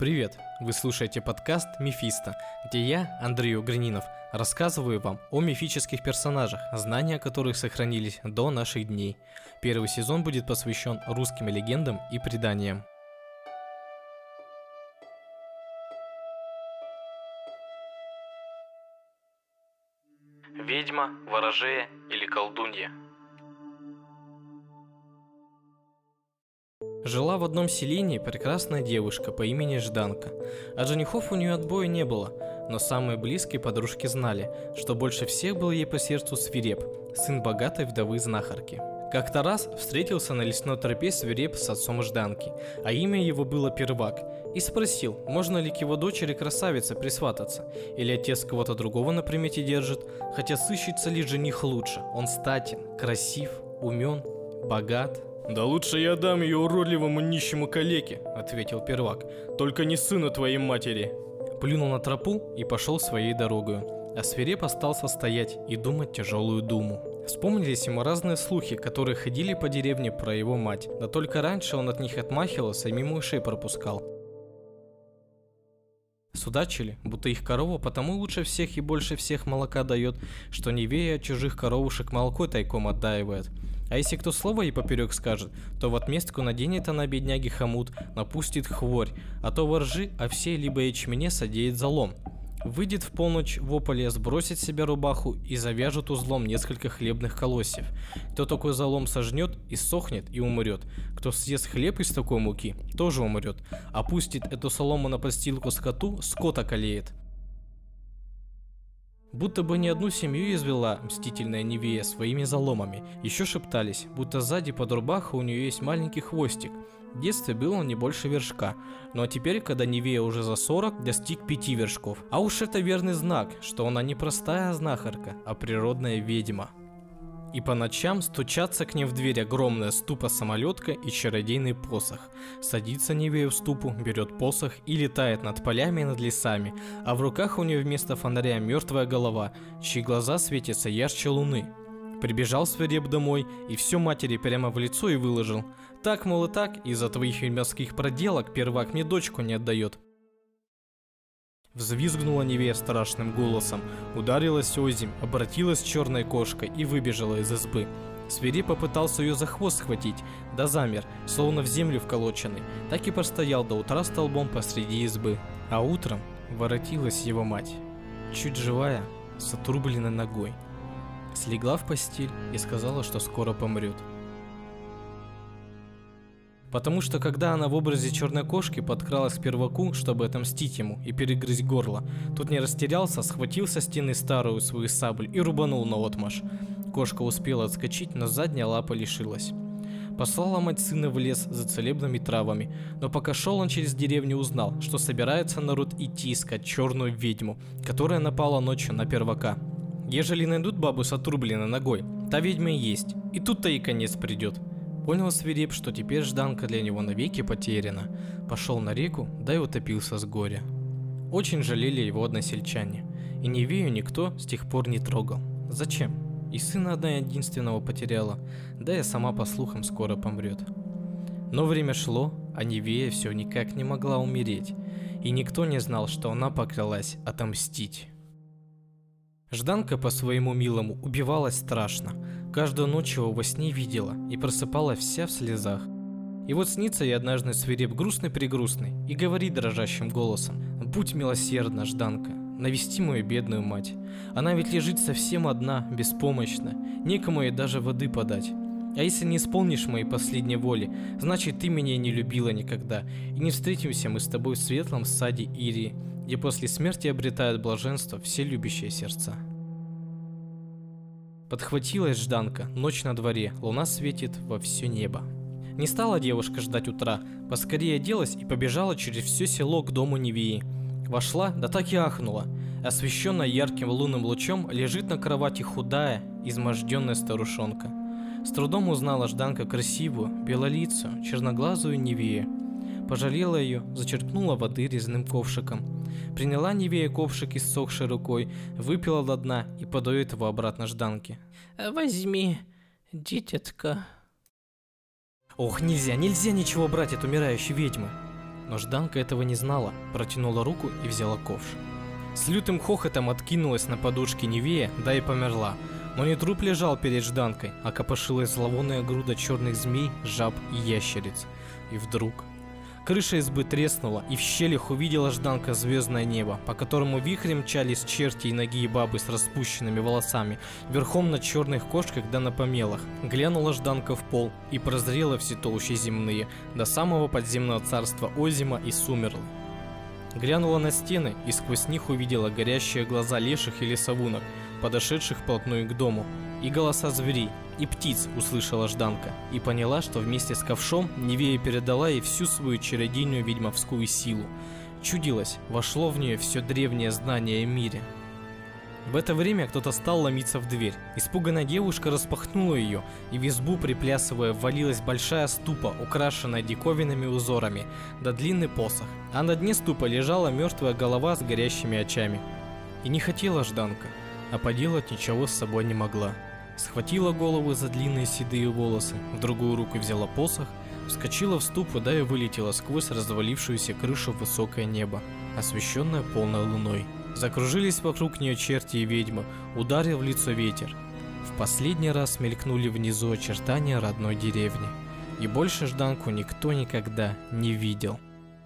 Привет! Вы слушаете подкаст «Мефисто», где я, Андрей Угрининов, рассказываю вам о мифических персонажах, знания которых сохранились до наших дней. Первый сезон будет посвящен русским легендам и преданиям. Ведьма, ворожея или колдунья. Жила в одном селении прекрасная девушка по имени Жданка. От женихов у нее отбоя не было, но самые близкие подружки знали, что больше всех был ей по сердцу Свиреп, сын богатой вдовы знахарки. Как-то раз встретился на лесной тропе Свиреп с отцом Жданки, а имя его было Первак, и спросил, можно ли к его дочери красавице присвататься, или отец кого-то другого на примете держит, хотя сыщется ли жених лучше, он статен, красив, умен, богат. «Да лучше я дам ее уродливому нищему калеке», — ответил Первак, — «только не сыну твоей матери». Плюнул на тропу и пошел своей дорогою, а Свиреп остался стоять и думать тяжелую думу. Вспомнились ему разные слухи, которые ходили по деревне про его мать, да только раньше он от них отмахивался и мимо ушей пропускал. Судачили, будто их корова потому лучше всех и больше всех молока дает, что невея от чужих коровушек молоко тайком отдаивает. А если кто слово ей поперек скажет, то в отместку наденет она бедняги хомут, напустит хворь, а то воржи, а все либо ячмене содеет залом. Выйдет в полночь в ополе, сбросит с себя рубаху и завяжет узлом несколько хлебных колосьев. Кто такой залом сожнет, иссохнет и умрет. Кто съест хлеб из такой муки, тоже умрет. А пустит эту солому на подстилку скоту, скот околеет. Будто бы не одну семью извела мстительная невея своими заломами. Еще шептались, будто сзади под рубахой у нее есть маленький хвостик. В детстве был он не больше вершка, ну а теперь, когда невея уже за 40, достиг 5 вершков. А уж это верный знак, что она не простая знахарка, а природная ведьма. И по ночам стучатся к ней в дверь огромная ступа-самолетка и чародейный посох. Садится невея в ступу, берет посох и летает над полями и над лесами, а в руках у нее вместо фонаря мертвая голова, чьи глаза светятся ярче луны. Прибежал Свиреп домой и все матери прямо в лицо и выложил. Так, мол, и так, из-за твоих ведьмовских проделок Первак мне дочку не отдает. Взвизгнула невея страшным голосом, ударилась озимь, обратилась черной кошкой и выбежала из избы. Свиреп попытался ее за хвост схватить, да замер, словно в землю вколоченный, так и простоял до утра столбом посреди избы. А утром воротилась его мать, чуть живая, с отрубленной ногой. Слегла в постель и сказала, что скоро помрет. Потому что когда она в образе черной кошки подкралась к Перваку, чтобы отомстить ему и перегрызть горло, тот не растерялся, схватил со стены старую свою саблю и рубанул наотмашь. Кошка успела отскочить, но задняя лапа лишилась. Послала мать сына в лес за целебными травами, но пока шел он через деревню, узнал, что собирается народ идти искать черную ведьму, которая напала ночью на Первака. Ежели найдут бабу с отрубленной ногой, та ведьма и есть, и тут-то и конец придет. Понял Свиреп, что теперь Жданка для него навеки потеряна. Пошел на реку, да и утопился с горя. Очень жалели его односельчане, и невею никто с тех пор не трогал. Зачем? И сына одна единственного потеряла, да и сама по слухам скоро помрет. Но время шло, а невея все никак не могла умереть, и никто не знал, что она поклялась отомстить. Жданка по своему милому убивалась страшно. Каждую ночь его во сне видела и просыпалась вся в слезах. И вот снится ей однажды Свиреп грустный-прегрустный и говорит дрожащим голосом: «Будь милосердна, Жданка, навести мою бедную мать. Она ведь лежит совсем одна, беспомощна, некому ей даже воды подать. А если не исполнишь моей последней воли, значит ты меня не любила никогда, и не встретимся мы с тобой в светлом саде Ирии, где после смерти обретают блаженство все любящие сердца». Подхватилась Жданка, ночь на дворе, луна светит во все небо. Не стала девушка ждать утра, поскорее оделась и побежала через все село к дому невеи. Вошла, да так и ахнула. Освещенная ярким лунным лучом лежит на кровати худая, изможденная старушонка. С трудом узнала Жданка красивую, белолицую, черноглазую невею. Пожалела ее, зачерпнула воды резным ковшиком. Приняла невея ковшик иссохшей рукой, выпила до дна и подает его обратно Жданке. «Возьми, дитятка». Ох, нельзя ничего брать от умирающей ведьмы. но Жданка этого не знала, протянула руку и взяла ковш. С лютым хохотом откинулась на подушке Невея, да и померла. Но не труп лежал перед Жданкой, а копошилась зловонная груда черных змей, жаб и ящериц. И вдруг крыша избы треснула, и в щелях увидела Жданка звездное небо, по которому вихрем мчались черти и ноги и бабы с распущенными волосами, верхом на черных кошках да на помелах. Глянула Жданка в пол и прозрела все толщи земные, до самого подземного царства Озима и Сумерлы. Глянула на стены и сквозь них увидела горящие глаза леших и лесовунок, подошедших вплотную к дому, и голоса зверей, и птиц услышала Жданка, и поняла, что вместе с ковшом Невея передала ей всю свою чародейную ведьмовскую силу. Чудилось, вошло в нее все древнее знание о мире. В это время кто-то стал ломиться в дверь. Испуганная девушка распахнула ее, и в избу, приплясывая, ввалилась большая ступа, украшенная диковинными узорами, да длинный посох, а на дне ступа лежала мертвая голова с горящими очами. И не хотела Жданка, а поделать ничего с собой не могла. Схватила голову за длинные седые волосы, в другую руку взяла посох, вскочила в ступу, да и вылетела сквозь развалившуюся крышу в высокое небо, освещенное полной луной. Закружились вокруг нее черти и ведьмы, ударил в лицо ветер. В последний раз мелькнули внизу очертания родной деревни, и больше Жданку никто никогда не видел.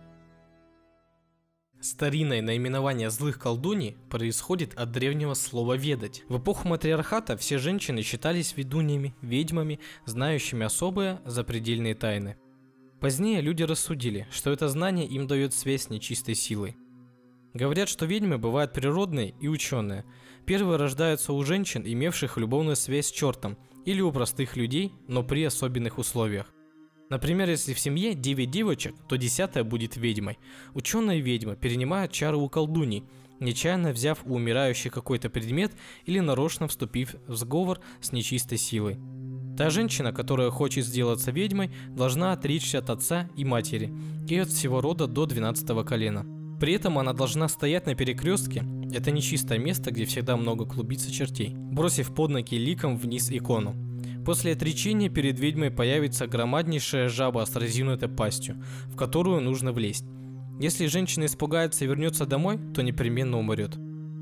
Старинное наименование злых колдуний происходит от древнего слова «ведать». В эпоху матриархата все женщины считались ведуньями, ведьмами, знающими особые запредельные тайны. Позднее люди рассудили, что это знание им дает связь с нечистой силой. Говорят, что ведьмы бывают природные и ученые. Первые рождаются у женщин, имевших любовную связь с чертом, или у простых людей, но при особенных условиях. Например, если в семье 9 девочек, то 10-я будет ведьмой. Ученые ведьмы перенимают чары у колдуний, нечаянно взяв у умирающей какой-то предмет или нарочно вступив в сговор с нечистой силой. Та женщина, которая хочет сделаться ведьмой, должна отречься от отца и матери и от всего рода до 12-го колена. При этом она должна стоять на перекрестке, это нечистое место, где всегда много клубится чертей, бросив под ноги ликом вниз икону. После отречения перед ведьмой появится громаднейшая жаба с разинутой пастью, в которую нужно влезть. Если женщина испугается и вернется домой, то непременно умрет.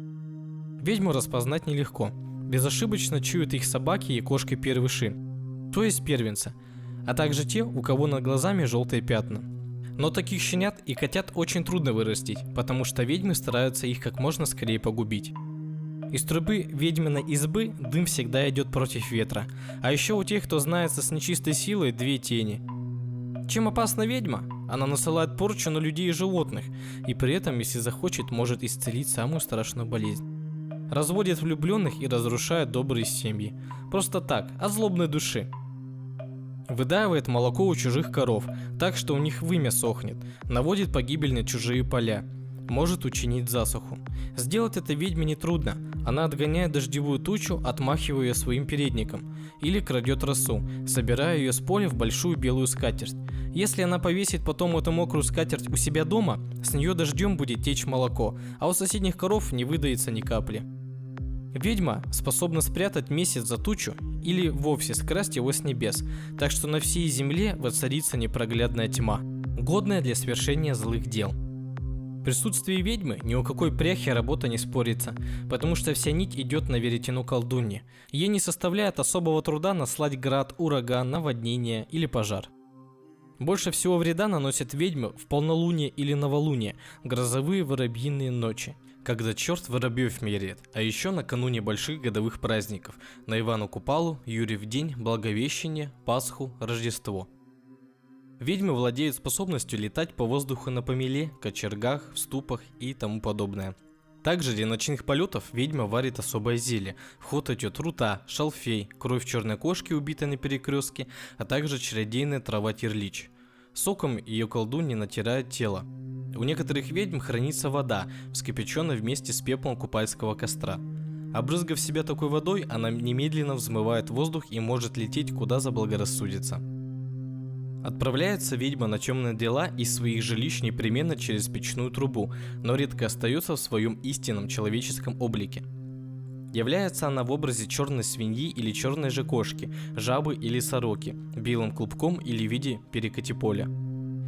Ведьму распознать нелегко. Безошибочно чуют их собаки и кошки первый шин, то есть первенца, а также те, у кого над глазами желтые пятна. Но таких щенят и котят очень трудно вырастить, потому что ведьмы стараются их как можно скорее погубить. Из трубы ведьминой избы дым всегда идет против ветра, а еще у тех, кто знается с нечистой силой, две тени. Чем опасна ведьма? Она насылает порчу на людей и животных, и при этом, если захочет, может исцелить самую страшную болезнь. Разводит влюбленных и разрушает добрые семьи. Просто так, от злобной души. Выдаивает молоко у чужих коров, так что у них вымя сохнет, наводит погибель на чужие поля, может учинить засуху. Сделать это ведьме нетрудно, она отгоняет дождевую тучу, отмахивая ее своим передником, или крадет росу, собирая ее с поля в большую белую скатерть. Если она повесит потом эту мокрую скатерть у себя дома, с нее дождем будет течь молоко, а у соседних коров не выдается ни капли. Ведьма способна спрятать месяц за тучу или вовсе скрасть его с небес, так что на всей земле воцарится непроглядная тьма, годная для свершения злых дел. В присутствии ведьмы ни у какой пряхи работа не спорится, потому что вся нить идет на веретено колдуньи. Ей не составляет особого труда наслать град, ураган, наводнение или пожар. Больше всего вреда наносят ведьмы в полнолуние или новолуние, грозовые воробьиные ночи, когда черт воробьев меряет, а еще накануне больших годовых праздников – на Ивану Купалу, Юрьев день, Благовещение, Пасху, Рождество. Ведьмы владеют способностью летать по воздуху на помеле, кочергах, в ступах и тому подобное. Также для ночных полетов ведьма варит особое зелье. В ход идет рута, шалфей, кровь черной кошки, убитой на перекрестке, а также чародейная трава терлич. Соком ее колдуньи натирают тело. У некоторых ведьм хранится вода, вскипяченная вместе с пеплом купальского костра. Обрызгав себя такой водой, она немедленно взмывает воздух и может лететь куда заблагорассудится. Отправляется ведьма на темные дела из своих жилищ непременно через печную трубу, но редко остается в своем истинном человеческом облике. Является она в образе черной свиньи или черной же кошки, жабы или сороки, белым клубком или в виде перекати поля.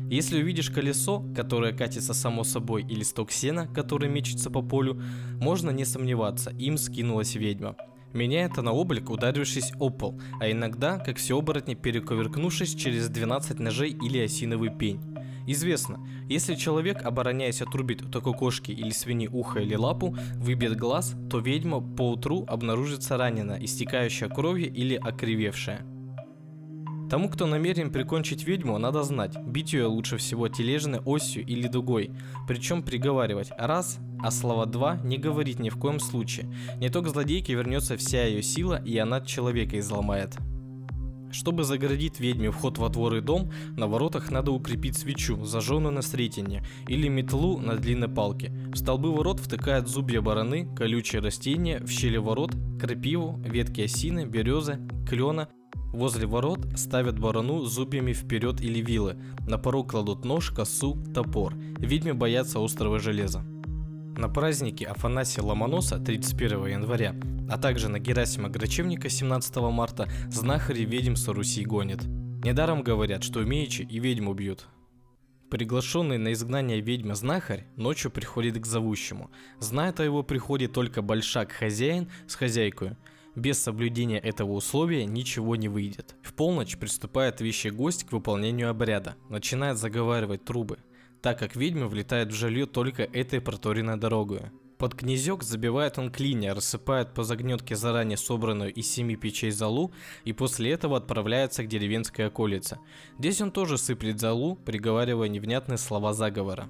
Если увидишь колесо, которое катится само собой, или сток сена, который мечется по полю, можно не сомневаться, им скинулась ведьма. Меняет она облик, ударившись об пол, а иногда, как все оборотни, перековеркнувшись через 12 ножей или осиновый пень. Известно, если человек, обороняясь, отрубит у такой кошки или свиньи ухо или лапу, выбьет глаз, то ведьма поутру обнаружится ранена, истекающая кровью или окривевшая. Тому, кто намерен прикончить ведьму, надо знать, бить ее лучше всего тележной осью или дугой, причем приговаривать раз, а слова два не говорить ни в коем случае, не то к злодейке вернется вся ее сила и она человека изломает. Чтобы загородить ведьме вход во двор и дом, на воротах надо укрепить свечу, зажженную на сретенье, или метлу на длинной палке. В столбы ворот втыкают зубья бараны, колючие растения, в щели ворот крапиву, ветки осины, березы, клена. Возле ворот ставят барану зубьями вперед или вилы. На порог кладут нож, косу, топор. Ведьмы боятся острого железа. На празднике Афанасия Ломоноса 31 января, а также на Герасима Грачевника 17 марта знахари ведьм со Руси гонят. Недаром говорят, что умеючи и ведьму бьют. Приглашенный на изгнание ведьма знахарь ночью приходит к зовущему. Знает о его приходе только большак хозяин с хозяйкой. Без соблюдения этого условия ничего не выйдет. В полночь приступает вещий гость к выполнению обряда, начинает заговаривать трубы, так как ведьма влетает в жилье только этой проторенной дорогой. Под князек забивает он клинья, рассыпает по загнетке заранее собранную из 7 печей золу и после этого отправляется к деревенской околице. Здесь он тоже сыплет золу, приговаривая невнятные слова заговора.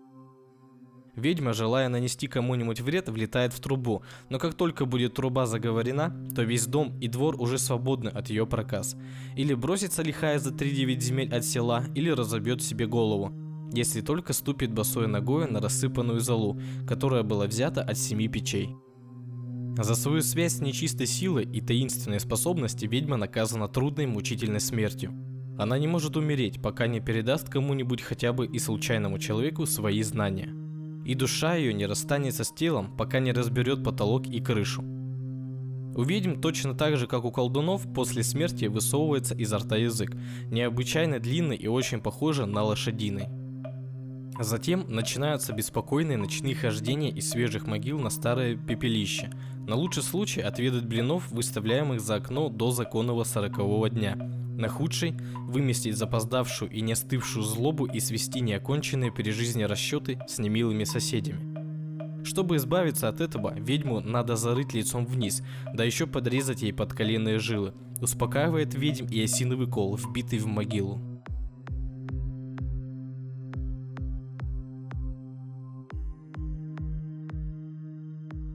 Ведьма, желая нанести кому-нибудь вред, влетает в трубу, но как только будет труба заговорена, то весь дом и двор уже свободны от ее проказ. Или бросится лихая за 3-9 земель от села, или разобьет себе голову, если только ступит босой ногой на рассыпанную золу, которая была взята от 7 печей. За свою связь с нечистой силой и таинственные способности ведьма наказана трудной мучительной смертью. Она не может умереть, пока не передаст кому-нибудь хотя бы и случайному человеку свои знания. И душа ее не расстанется с телом, пока не разберет потолок и крышу. У ведьм точно так же, как у колдунов, после смерти высовывается изо рта язык, необычайно длинный и очень похожий на лошадиный. Затем начинаются беспокойные ночные хождения из свежих могил на старое пепелище. На лучший случай отведать блинов, выставляемых за окно до законного 40-го дня. На худший – выместить запоздавшую и не остывшую злобу и свести неоконченные при жизни расчеты с немилыми соседями. Чтобы избавиться от этого, ведьму надо зарыть лицом вниз, да еще подрезать ей подколенные жилы. Успокаивает ведьм и осиновый кол, вбитый в могилу.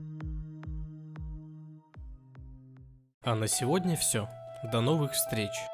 А на сегодня все. До новых встреч!